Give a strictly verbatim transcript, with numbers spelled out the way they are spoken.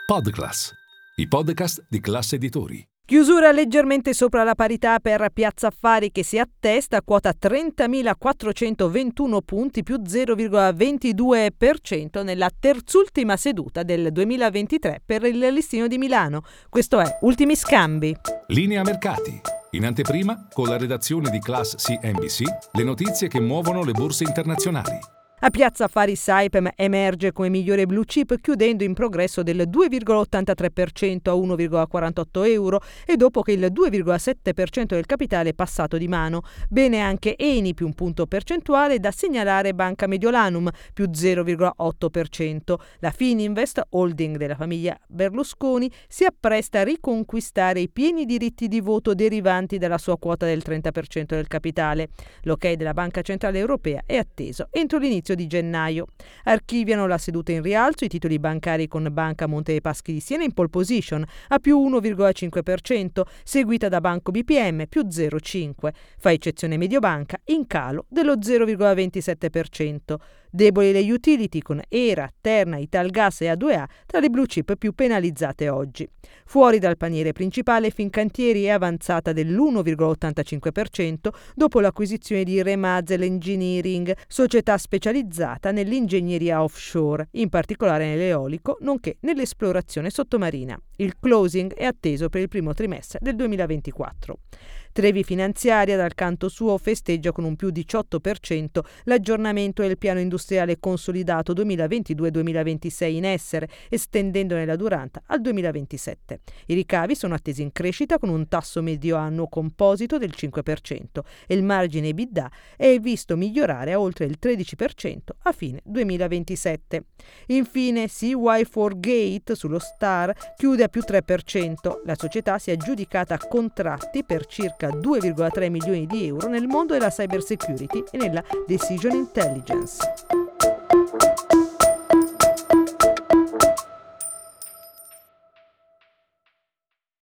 Podclass, i podcast di Class Editori. Chiusura leggermente sopra la parità per Piazza Affari, che si attesta a quota trentamilaquattrocentoventuno punti più zero virgola ventidue per cento nella terzultima seduta del duemilaventitré per il listino di Milano. Questo è Ultimi Scambi. Linea mercati. In anteprima, con la redazione di Class C N B C, le notizie che muovono le borse internazionali. A Piazza Affari Saipem emerge come migliore blue chip, chiudendo in progresso del due virgola ottantatré per cento a uno virgola quarantotto euro e dopo che il due virgola sette per cento del capitale è passato di mano. Bene anche Eni più un punto percentuale, da segnalare Banca Mediolanum più zero virgola otto per cento. La Fininvest, holding della famiglia Berlusconi, si appresta a riconquistare i pieni diritti di voto derivanti dalla sua quota del trenta per cento del capitale. L'ok della Banca Centrale Europea è atteso entro l'inizio di gennaio. Archiviano la seduta in rialzo i titoli bancari, con Banca Monte dei Paschi di Siena in pole position a più uno virgola cinque per cento, seguita da Banco B P M più zero virgola cinque per cento. Fa eccezione Mediobanca in calo dello zero virgola ventisette per cento. Deboli le utility, con Era, Terna, Italgas e A due A tra le blue chip più penalizzate oggi. Fuori dal paniere principale Fincantieri è avanzata dell'uno virgola ottantacinque per cento dopo l'acquisizione di Remazel Engineering, società specializzata nell'ingegneria offshore, in particolare nell'eolico, nonché nell'esplorazione sottomarina. Il closing è atteso per il primo trimestre del duemilaventiquattro. Trevi Finanziaria, dal canto suo, festeggia con un più diciotto per cento l'aggiornamento del piano industriale consolidato duemilaventidue duemilaventisei in essere, estendendone la durata al duemilaventisette. I ricavi sono attesi in crescita, con un tasso medio annuo composito del cinque per cento, e il margine EBITDA è visto migliorare a oltre il tredici per cento a fine duemilaventisette. Infine C Y quattro Gate sullo Star chiude a più tre per cento. La società si è aggiudicata contratti per circa due virgola tre milioni di euro nel mondo della cyber security e nella decision intelligence.